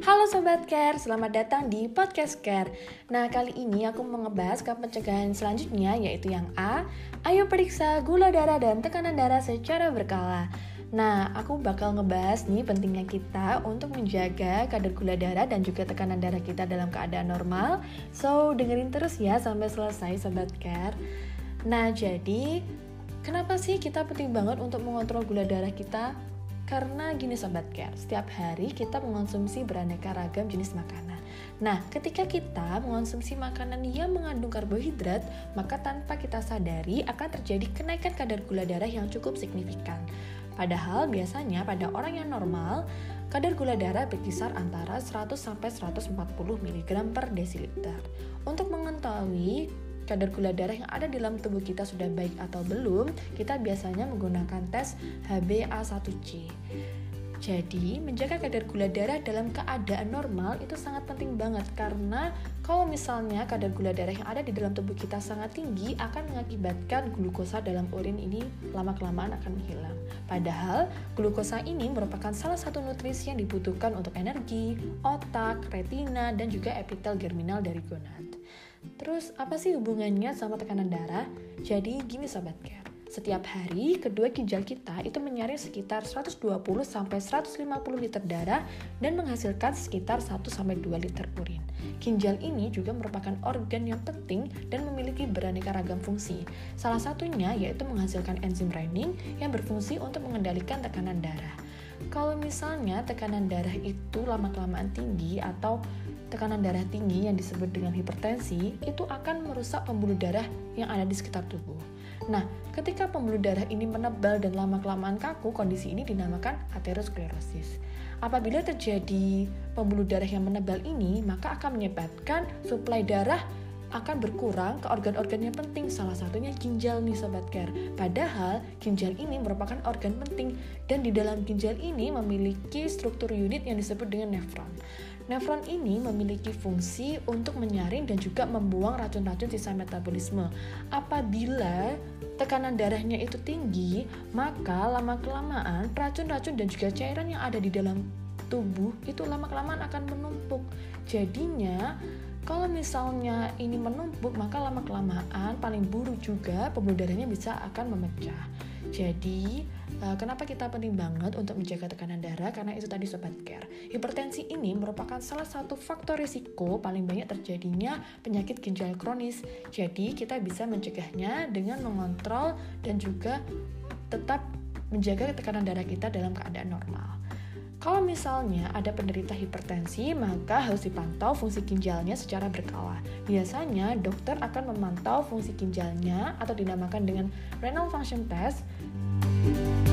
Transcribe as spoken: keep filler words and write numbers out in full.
Halo Sobat Care, selamat datang di Podcast Care. Nah, kali ini aku mau ngebahas ke pencegahan selanjutnya, yaitu yang A. Ayo periksa gula darah dan tekanan darah secara berkala. Nah, aku bakal ngebahas nih pentingnya kita untuk menjaga kadar gula darah dan juga tekanan darah kita dalam keadaan normal. So, dengerin terus ya sampai selesai Sobat Care. Nah, jadi kenapa sih kita penting banget untuk mengontrol gula darah kita? Karena gini Sobat Care, setiap hari kita mengonsumsi beraneka ragam jenis makanan. Nah, ketika kita mengonsumsi makanan yang mengandung karbohidrat, maka tanpa kita sadari akan terjadi kenaikan kadar gula darah yang cukup signifikan. Padahal biasanya pada orang yang normal, kadar gula darah berkisar antara seratus sampai seratus empat puluh miligram per desiliter. Untuk mengetahui kadar gula darah yang ada di dalam tubuh kita sudah baik atau belum, kita biasanya menggunakan tes H b A satu C. Jadi, menjaga kadar gula darah dalam keadaan normal itu sangat penting banget, karena kalau misalnya kadar gula darah yang ada di dalam tubuh kita sangat tinggi, akan mengakibatkan glukosa dalam urin ini lama-kelamaan akan menghilang. Padahal, glukosa ini merupakan salah satu nutrisi yang dibutuhkan untuk energi, otak, retina, dan juga epitel germinal dari gonad. Terus, apa sih hubungannya sama tekanan darah? Jadi, gini Sobat Care. Setiap hari, kedua ginjal kita itu menyaring sekitar seratus dua puluh sampai seratus lima puluh liter darah dan menghasilkan sekitar satu sampai dua liter urin. Ginjal ini juga merupakan organ yang penting dan memiliki beraneka ragam fungsi. Salah satunya yaitu menghasilkan enzim renin yang berfungsi untuk mengendalikan tekanan darah. Kalau misalnya tekanan darah itu lama-kelamaan tinggi atau tekanan darah tinggi yang disebut dengan hipertensi, itu akan merusak pembuluh darah yang ada di sekitar tubuh. Nah, ketika pembuluh darah ini menebal dan lama-kelamaan kaku, kondisi ini dinamakan aterosklerosis. Apabila terjadi pembuluh darah yang menebal ini, maka akan menyebabkan suplai darah akan berkurang ke organ-organ yang penting, salah satunya ginjal nih Sobat Care. Padahal ginjal ini merupakan organ penting dan di dalam ginjal ini memiliki struktur unit yang disebut dengan nefron. Nefron ini memiliki fungsi untuk menyaring dan juga membuang racun-racun sisa metabolisme. Apabila tekanan darahnya itu tinggi, maka lama-kelamaan racun-racun dan juga cairan yang ada di dalam tubuh itu lama-kelamaan akan menumpuk. Jadinya kalau misalnya ini menumpuk, maka lama-kelamaan paling buruk juga pembuluh darahnya bisa akan memecah. Jadi, kenapa kita penting banget untuk menjaga tekanan darah? Karena itu tadi Sobat Care. Hipertensi ini merupakan salah satu faktor risiko paling banyak terjadinya penyakit ginjal kronis. Jadi, kita bisa mencegahnya dengan mengontrol dan juga tetap menjaga tekanan darah kita dalam keadaan normal. Kalau misalnya ada penderita hipertensi, maka harus dipantau fungsi ginjalnya secara berkala. Biasanya dokter akan memantau fungsi ginjalnya atau dinamakan dengan renal function test.